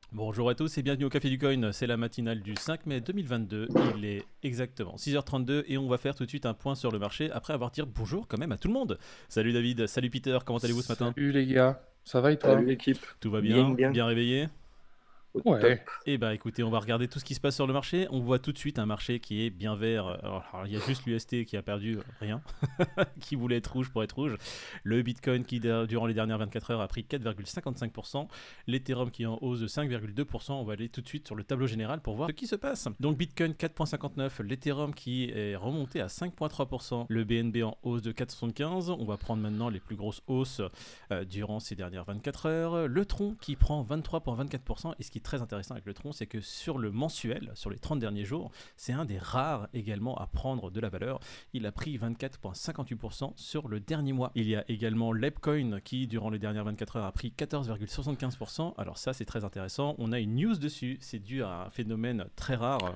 Bonjour à tous et bienvenue au Café du Coin, c'est la matinale du 5 mai 2022, il est exactement 6h32 et on va faire tout de suite un point sur le marché après avoir dit bonjour quand même à tout le monde. Salut David, salut Peter, comment allez-vous ce matin? Salut les gars, ça va et Salut toi? l'équipe, Tout va bien bien? bien, Bien réveillé? au top. Ouais, Eh ben écoutez, on va regarder tout ce qui se passe sur le marché. On voit tout de suite un marché qui est bien vert. Alors, il y a juste l'UST qui a perdu rien, qui voulait être rouge pour être rouge. Le Bitcoin qui, durant les dernières 24 heures, a pris 4,55%. L'Ethereum qui est en hausse de 5,2%. On va aller tout de suite sur le tableau général pour voir ce qui se passe. Donc Bitcoin 4,59, l'Ethereum qui est remonté à 5,3%, le BNB en hausse de 4,75. On va prendre maintenant les plus grosses hausses durant ces dernières 24 heures. Le Tron qui prend 23,24%. Et ce qui est très intéressant avec le Tron, c'est que sur le mensuel, sur les 30 derniers jours, c'est un des rares également à prendre de la valeur. Il a pris 24,58% sur le dernier mois. Il y a également l'Epcoin qui, durant les dernières 24 heures, a pris 14,75%. Alors ça, c'est très intéressant. On a une news dessus. C'est dû à un phénomène très rare,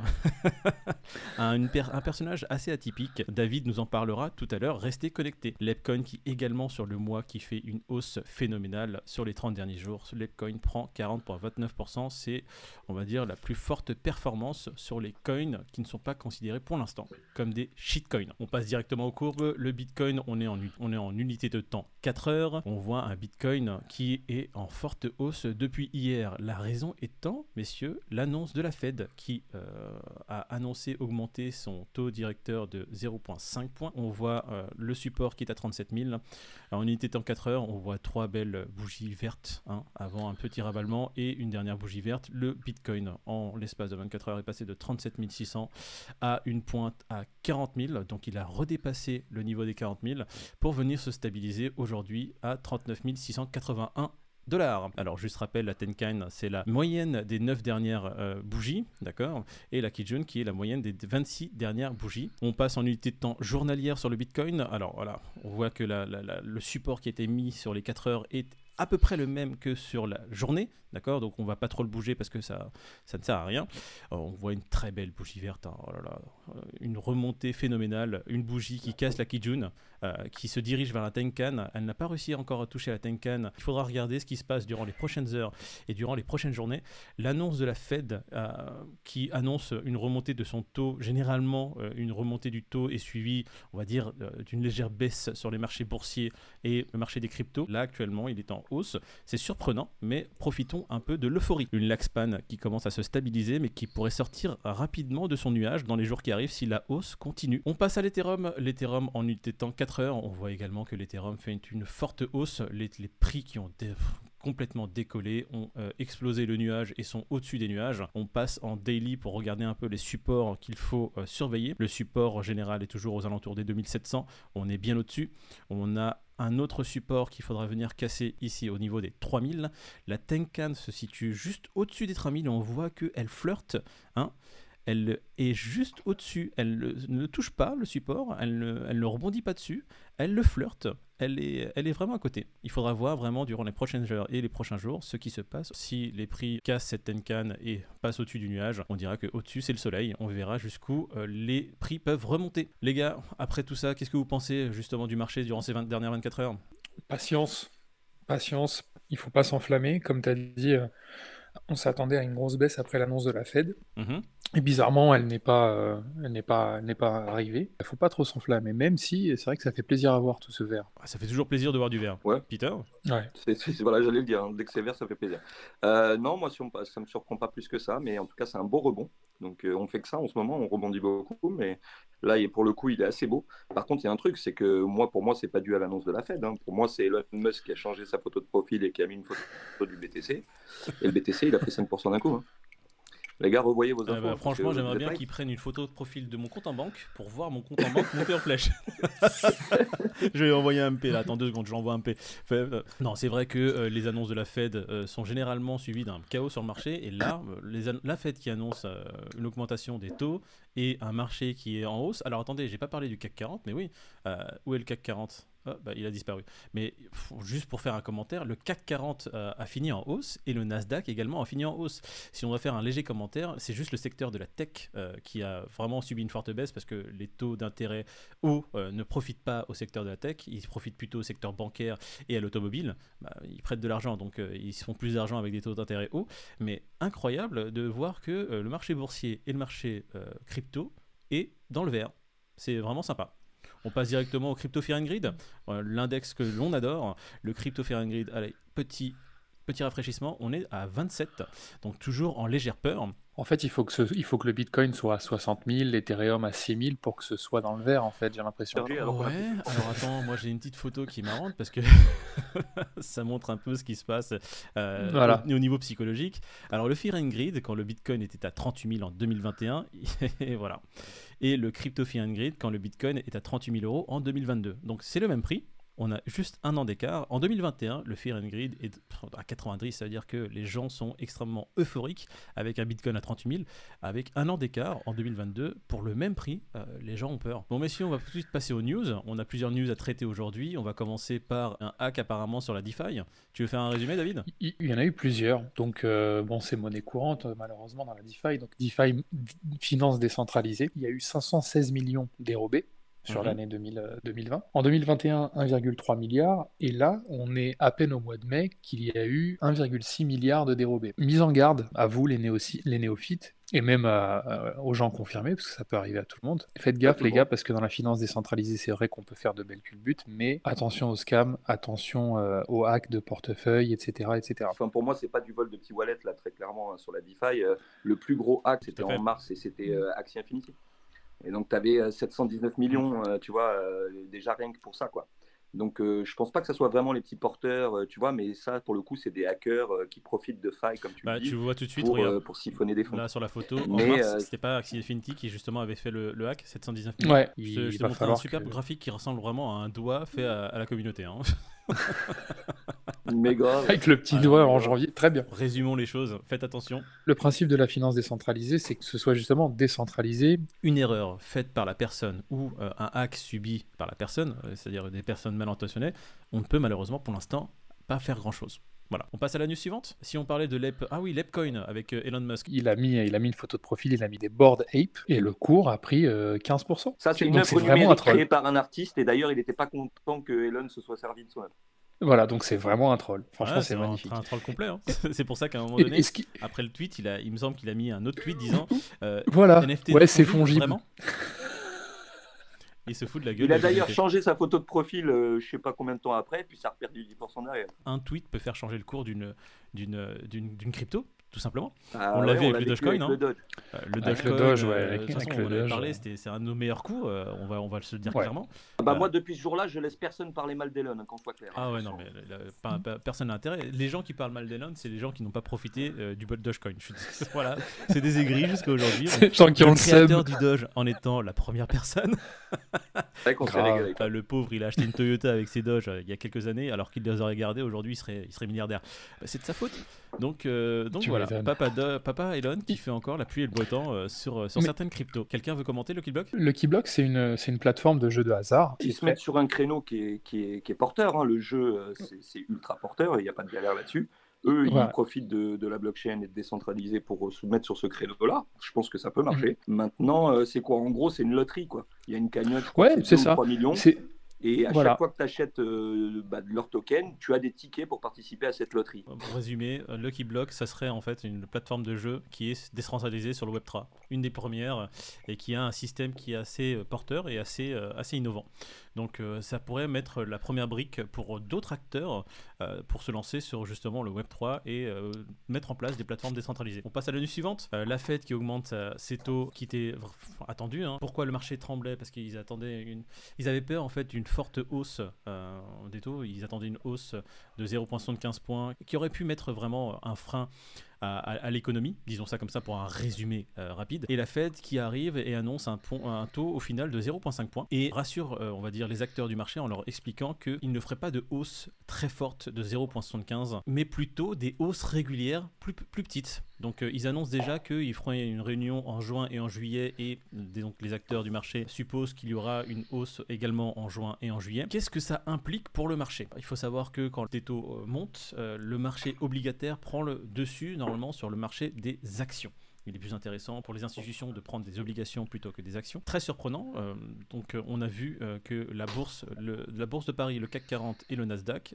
à un personnage assez atypique. David nous en parlera tout à l'heure. Restez connectés. L'Epcoin qui également sur le mois qui fait une hausse phénoménale sur les 30 derniers jours. L'Epcoin prend 40,29%. C'est, on va dire, la plus forte performance sur les coins qui ne sont pas considérés pour l'instant comme des shitcoins. On passe directement aux courbes. Le Bitcoin, on est en unité de temps 4 heures. On voit un Bitcoin qui est en forte hausse depuis hier. La raison étant, messieurs, l'annonce de la Fed qui a annoncé augmenter son taux directeur de 0,5 points. On voit le support qui est à 37 000. En unité de temps 4 heures, on voit 3 belles bougies vertes avant un petit ravalement et une dernière bougie verte. Le Bitcoin, en l'espace de 24 heures, est passé de 37 600 à une pointe à 40 000. Donc il a redépassé le niveau des 40 000 pour venir se stabiliser aujourd'hui à 39 681 dollars. Alors juste rappel, la Tenkan c'est la moyenne des 9 dernières bougies, d'accord, et la Kijun qui est la moyenne des 26 dernières bougies. On passe en unité de temps journalière sur le Bitcoin. Alors voilà, on voit que le support qui a été mis sur les 4 heures est à peu près le même que sur la journée, d'accord, donc on va pas trop le bouger parce que ça ne sert à rien. On voit une très belle bougie verte, oh là là, une remontée phénoménale, une bougie qui casse la Kijun, qui se dirige vers la Tenkan. Elle n'a pas réussi encore à toucher la Tenkan. Il faudra regarder ce qui se passe durant les prochaines heures et durant les prochaines journées. L'annonce de la Fed qui annonce une remontée de son taux, généralement une remontée du taux est suivie, on va dire, d'une légère baisse sur les marchés boursiers et le marché des cryptos. Là actuellement il est en hausse, c'est surprenant, mais profitons un peu de l'euphorie. Une Laxpan qui commence à se stabiliser mais qui pourrait sortir rapidement de son nuage dans les jours qui arrivent si la hausse continue. On passe à l'Ethereum en unité de temps 4 heures. On voit également que l'Ethereum fait une forte hausse. Les prix qui ont complètement décollé, ont explosé le nuage et sont au-dessus des nuages. On passe en daily pour regarder un peu les supports qu'il faut surveiller. Le support général est toujours aux alentours des 2700. On est bien au-dessus. On a un autre support qu'il faudra venir casser ici au niveau des 3000. La Tenkan se situe juste au-dessus des 3000 et on voit qu'elle flirte. Elle est juste au-dessus, elle ne touche pas le support, elle ne rebondit pas dessus, elle le flirte, elle est vraiment à côté. Il faudra voir vraiment durant les prochaines heures et les prochains jours ce qui se passe. Si les prix cassent cette Tenkan et passent au-dessus du nuage, on dira qu'au-dessus c'est le soleil, on verra jusqu'où les prix peuvent remonter. Les gars, après tout ça, qu'est-ce que vous pensez justement du marché durant ces dernières 24 heures? patience, patience, il faut pas s'enflammer, comme tu as dit, on s'attendait à une grosse baisse après l'annonce de la Fed, Mhm. et bizarrement elle n'est pas arrivée. Il faut pas trop s'enflammer, même si c'est vrai que ça fait plaisir à voir tout ce vert. Ça fait toujours plaisir de voir du vert. Ouais, Peter? Ouais. voilà, j'allais le dire, hein, dès que c'est vert, ça fait plaisir. Non, moi, ça me surprend pas plus que ça, mais en tout cas, c'est un beau rebond. Donc, on fait que ça en ce moment, on rebondit beaucoup, mais là, pour le coup, il est assez beau. Par contre, il y a un truc, c'est que pour moi, c'est pas dû à l'annonce de la Fed, hein. Pour moi, c'est Elon Musk qui a changé sa photo de profil et qui a mis une photo du BTC. Et le BTC, il a pris 5% d'un coup, hein. Les gars, revoyez vos infos, hein, parce que Franchement, vous j'aimerais êtes bien live. qu'ils prennent une photo de profil de mon compte en banque pour voir mon compte en banque monter en flèche. Je vais envoyer un MP là, attends 2 secondes, je l'envoie un MP. Non, c'est vrai que les annonces de la Fed sont généralement suivies d'un chaos sur le marché. Et là, la Fed qui annonce une augmentation des taux et un marché qui est en hausse. Alors attendez, j'ai pas parlé du CAC 40, mais oui, où est le CAC 40 ? Il a disparu. Mais juste pour faire un commentaire, le CAC 40 a fini en hausse et le Nasdaq également a fini en hausse. Si on doit faire un léger commentaire, c'est juste le secteur de la tech qui a vraiment subi une forte baisse parce que les taux d'intérêt hauts ne profitent pas au secteur de la tech, ils profitent plutôt au secteur bancaire et à l'automobile. Ils prêtent de l'argent, donc ils se font plus d'argent avec des taux d'intérêt hauts. Mais incroyable de voir que le marché boursier et le marché crypto est dans le vert. C'est vraiment sympa. On passe directement au Crypto Fear and Greed, l'index que l'on adore, le Crypto Fear and Greed. Allez, petit rafraîchissement, on est à 27, donc toujours en légère peur. En fait, il faut que le Bitcoin soit à 60 000, l'Ethereum à 6 000 pour que ce soit dans le vert, en fait, j'ai l'impression. Alors attends, moi j'ai une petite photo qui est marrante parce que ça montre un peu ce qui se passe au niveau psychologique. Alors le Fear and Greed, quand le Bitcoin était à 38 000 en 2021, et voilà. Et le Crypto Fear and Greed, quand le Bitcoin est à 38 000 euros en 2022. Donc c'est le même prix. On a juste un an d'écart. En 2021, le Fear and Greed est à 90, ça veut dire que les gens sont extrêmement euphoriques avec un Bitcoin à 38 000. Avec un an d'écart, en 2022, pour le même prix, les gens ont peur. Bon, messieurs, on va tout de suite passer aux news. On a plusieurs news à traiter aujourd'hui. On va commencer par un hack apparemment sur la DeFi. Tu veux faire un résumé, David ? Il y en a eu plusieurs. Donc, c'est monnaie courante, malheureusement, dans la DeFi. Donc, DeFi, finance décentralisée. Il y a eu 516 millions dérobés sur l'année 2020. En 2021, 1,3 milliard. Et là, on est à peine au mois de mai qu'il y a eu 1,6 milliard de dérobés. Mise en garde à vous, les néophytes, et même aux gens confirmés, parce que ça peut arriver à tout le monde. Faites gaffe, les gars, parce que dans la finance décentralisée, c'est vrai qu'on peut faire de belles culbutes, mais attention aux scams, attention aux hacks de portefeuille, etc., etc. Enfin, pour moi, c'est pas du vol de petits wallets, là, très clairement, sur la DeFi. Le plus gros hack, c'était en mars, et c'était Axie Infinity. Et donc, tu avais 719 millions, tu vois, déjà rien que pour ça, quoi. Donc, je pense pas que ça soit vraiment les petits porteurs, tu vois, mais ça, pour le coup, c'est des hackers qui profitent de failles, comme tu dis, tu vois tout de suite, pour siphonner des fonds. Là, sur la photo, en mars, c'était pas Axie Infinity qui, justement, avait fait le hack, 719 millions. Ouais, je te montre un superbe graphique qui ressemble vraiment à un doigt fait à la communauté. Hein. Mais grave. Avec le petit doigt en janvier, très bien. Résumons les choses, faites attention. Le principe de la finance décentralisée, c'est que ce soit justement décentralisé. Une erreur faite par la personne ou un hack subi par la personne, c'est-à-dire des personnes mal intentionnées, on ne peut malheureusement pour l'instant pas faire grand-chose. Voilà. On passe à la news suivante. Si on parlait de l'Epcoin avec Elon Musk. Il a mis une photo de profil, il a mis des Bored Ape et le cours a pris 15%. Ça, c'est une œuvre numérique créée par un artiste et d'ailleurs, il n'était pas content que Elon se soit servi de son œuvre. Voilà, donc c'est vraiment un troll. Franchement, c'est magnifique. Un troll complet. Hein. C'est pour ça qu'à un moment donné, après le tweet, il me semble qu'il a mis un autre tweet disant voilà, NFT c'est fongible. Vraiment. Il se fout de la gueule. Il a d'ailleurs changé sa photo de profil, je sais pas combien de temps après, puis ça a reperdu 10% derrière. Un tweet peut faire changer le cours d'une crypto, tout simplement. On l'a vu avec le Dogecoin. Le Doge, on en avait parlé, c'est un de nos meilleurs coups, on va se le dire clairement. Moi, depuis ce jour-là, je laisse personne parler mal d'Elon, qu'on soit clair. Ah ouais, non, mais personne n'a intérêt. Les gens qui parlent mal d'Elon, c'est les gens qui n'ont pas profité du Dogecoin. Voilà, c'est des aigris jusqu'à aujourd'hui. Les gens qui ont le créateur du Doge en étant la première personne. C'est vrai qu'on s'est régalé. Le pauvre, il a acheté une Toyota avec ses Doge il y a quelques années, alors qu'il les aurait gardés, aujourd'hui, il serait milliardaire. C'est de sa faute. Donc voilà, papa Elon qui fait encore la pluie et le beau temps sur certaines cryptos. Quelqu'un veut commenter Lucky Block ? Lucky Block, c'est une plateforme de jeu de hasard. Ils se mettent sur un créneau qui est porteur. Hein. Le jeu, c'est ultra porteur, il n'y a pas de galère là-dessus. Eux, ils profitent de la blockchain et de décentraliser pour se mettre sur ce créneau-là. Je pense que ça peut marcher. Maintenant, c'est quoi ? En gros, c'est une loterie, quoi. Il y a une cagnotte, c'est ça. 3 millions. Et à chaque fois que tu achètes leur token, tu as des tickets pour participer à cette loterie. Pour résumer, Lucky Block, ça serait en fait une plateforme de jeu qui est décentralisée sur le Web3, une des premières, et qui a un système qui est assez porteur et assez innovant. Donc ça pourrait mettre la première brique pour d'autres acteurs pour se lancer sur justement le Web3 et mettre en place des plateformes décentralisées. On passe à la news suivante. La Fed qui augmente ses taux qui étaient attendus. Hein. Pourquoi le marché tremblait ? Parce qu'ils attendaient ils avaient peur en fait d'une forte hausse des taux. Ils attendaient une hausse de 0,75 points qui aurait pu mettre vraiment un frein à l'économie, disons ça comme ça pour un résumé rapide. Et la Fed qui arrive et annonce un taux au final de 0,5 points et rassure, on va dire, les acteurs du marché en leur expliquant qu'ils ne feraient pas de hausse très forte de 0,75, mais plutôt des hausses régulières plus petites, Donc ils annoncent déjà qu'ils feront une réunion en juin et en juillet et donc les acteurs du marché supposent qu'il y aura une hausse également en juin et en juillet. Qu'est-ce que ça implique pour le marché ? Il faut savoir que quand les taux montent, le marché obligataire prend le dessus normalement sur le marché des actions. Il est plus intéressant pour les institutions de prendre des obligations plutôt que des actions. Très surprenant. Donc, on a vu que la bourse de Paris, le CAC 40 et le Nasdaq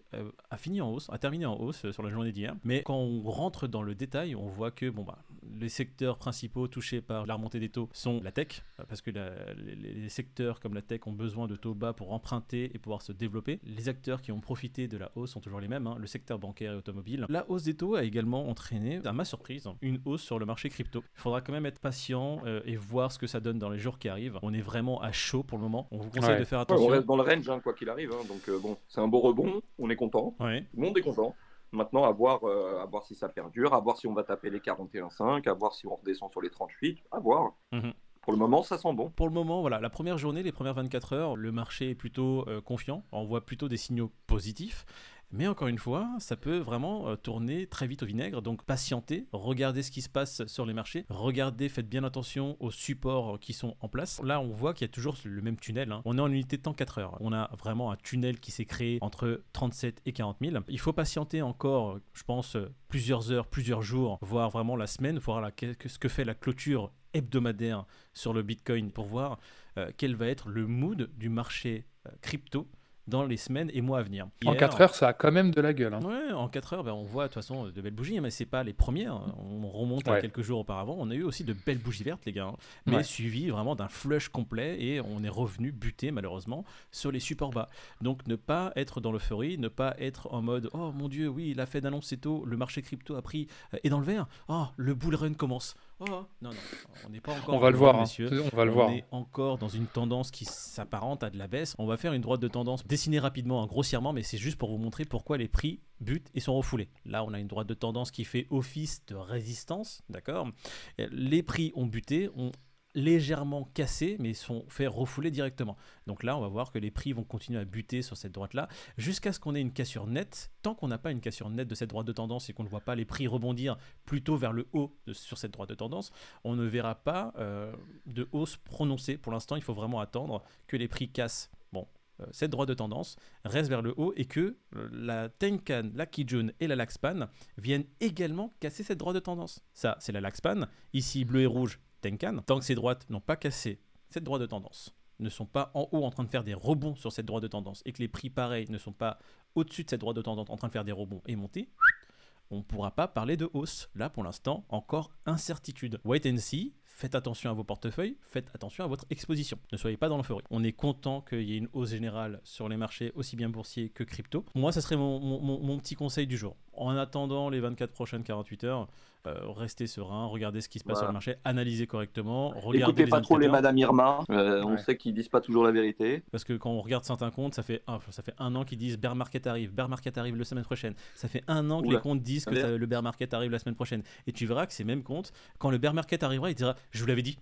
a terminé en hausse sur la journée d'hier. Mais quand on rentre dans le détail, on voit que les secteurs principaux touchés par la remontée des taux sont la tech, parce que les secteurs comme la tech ont besoin de taux bas pour emprunter et pouvoir se développer. Les acteurs qui ont profité de la hausse sont toujours les mêmes, le secteur bancaire et automobile. La hausse des taux a également entraîné, à ma surprise, une hausse sur le marché crypto. Il faudra quand même être patient et voir ce que ça donne dans les jours qui arrivent. On est vraiment à chaud pour le moment. On vous conseille de faire attention. On reste dans le range quoi qu'il arrive. Donc c'est un beau rebond. On est content. Ouais. Tout le monde est content. Maintenant, à voir si ça perdure, à voir si on va taper les 41,5, à voir si on redescend sur les 38, à voir. Pour le moment, ça sent bon. Pour le moment, voilà, la première journée, les premières 24 heures, le marché est plutôt confiant. On voit plutôt des signaux positifs. Mais encore une fois, ça peut vraiment tourner très vite au vinaigre. Donc patientez, regardez ce qui se passe sur les marchés. Regardez, faites bien attention aux supports qui sont en place. Là, on voit qu'il y a toujours le même tunnel. On est en unité de temps 4 heures. On a vraiment un tunnel qui s'est créé entre 37 et 40 000. Il faut patienter encore, je pense, plusieurs heures, plusieurs jours, voire vraiment la semaine, pour voir ce que fait la clôture hebdomadaire sur le Bitcoin pour voir quel va être le mood du marché crypto dans les semaines et mois à venir. En 4 heures, ça a quand même de la gueule. Ouais, en 4 heures, on voit de toute façon de belles bougies, mais c'est pas les premières. On remonte à quelques jours auparavant. On a eu aussi de belles bougies vertes, les gars, mais suivi vraiment d'un flush complet et on est revenu buter malheureusement sur les supports bas. Donc ne pas être dans l'euphorie, ne pas être en mode oh mon dieu, oui, la Fed annonce ses taux, le marché crypto a pris est dans le vert. Oh, le bull run commence. Oh non, on n'est pas encore. On va le voir, messieurs. On est encore dans une tendance qui s'apparente à de la baisse. On va faire une droite de tendance dessinée rapidement, grossièrement, mais c'est juste pour vous montrer pourquoi les prix butent et sont refoulés. Là, on a une droite de tendance qui fait office de résistance, d'accord ? Les prix ont buté, ont légèrement cassés, mais sont fait refouler directement. Donc là, on va voir que les prix vont continuer à buter sur cette droite-là, jusqu'à ce qu'on ait une cassure nette. Tant qu'on n'a pas une cassure nette de cette droite de tendance et qu'on ne voit pas les prix rebondir plutôt vers le haut sur cette droite de tendance, on ne verra pas de hausse prononcée. Pour l'instant, il faut vraiment attendre que les prix cassent cette droite de tendance, reste vers le haut et que la Tenkan, la Kijun et la Laxpan viennent également casser cette droite de tendance. Ça, c'est la Laxpan. Ici, bleu et rouge, Tenkan. Tant que ces droites n'ont pas cassé cette droite de tendance, ne sont pas en haut en train de faire des rebonds sur cette droite de tendance et que les prix pareils ne sont pas au-dessus de cette droite de tendance en train de faire des rebonds et monter, on ne pourra pas parler de hausse. Là, pour l'instant, encore incertitude. Wait and see. Faites attention à vos portefeuilles, faites attention à votre exposition. Ne soyez pas dans l'euphorie. On est content qu'il y ait une hausse générale sur les marchés, aussi bien boursiers que crypto. Moi, ça serait mon petit conseil du jour. En attendant les 24 prochaines 48 heures, restez serein, regardez ce qui se passe sur le marché, analysez correctement, regardez écoutez les pas trop les Madame Irma, Ouais. on sait qu'ils disent pas toujours la vérité. Parce que quand on regarde certains comptes, ça fait un an qu'ils disent bear market arrive la semaine prochaine. Ça fait un an que les comptes disent que le bear market arrive la semaine prochaine. Et tu verras que ces mêmes comptes, quand le bear market arrivera, il dira je vous l'avais dit.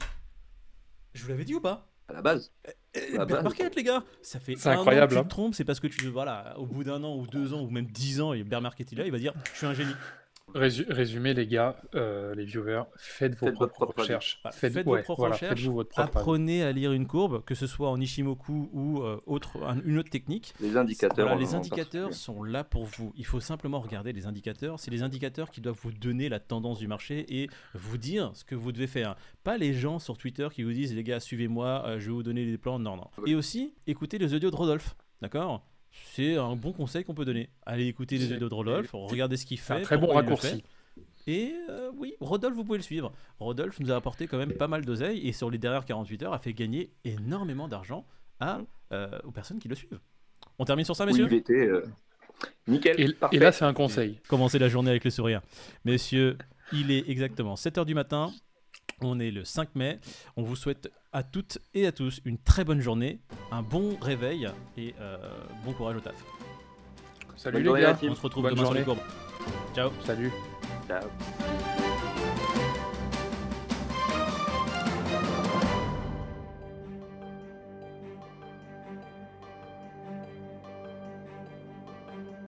Je vous l'avais dit ou pas ? À la base. Bear market, les gars, ça fait C'est un incroyable, an que tu te trompes, c'est parce que au bout d'un an ou 2 ans ou même 10 ans, et bear market il va dire je suis un génie. Résumé, les gars, les viewers, faites vos propres recherches. Faites vos propres recherches, faites-vous votre propre apprenez à lire une courbe, que ce soit en Ishimoku ou une autre technique. Les indicateurs. Les indicateurs sont là pour vous. Il faut simplement regarder les indicateurs. C'est les indicateurs qui doivent vous donner la tendance du marché et vous dire ce que vous devez faire. Pas les gens sur Twitter qui vous disent les gars, suivez-moi, je vais vous donner des plans. Non. Et aussi, écoutez les audios de Rodolphe. D'accord ? C'est un bon conseil qu'on peut donner. Allez écouter les audios de Rodolphe, regardez ce qu'il fait. C'est un très bon raccourci. Et oui, Rodolphe, vous pouvez le suivre. Rodolphe nous a apporté quand même pas mal d'oseille et sur les dernières 48 heures a fait gagner énormément d'argent aux personnes qui le suivent. On termine sur ça, messieurs ? Oui, IVT, nickel. Et là, c'est un conseil. Commencez la journée avec le sourire. Messieurs, il est exactement 7h du matin. On est le 5 mai. On vous souhaite à toutes et à tous une très bonne journée, un bon réveil et bon courage au taf. Salut les gars. On se retrouve Bonne demain journée. sur les courbes. Ciao. Salut. Ciao.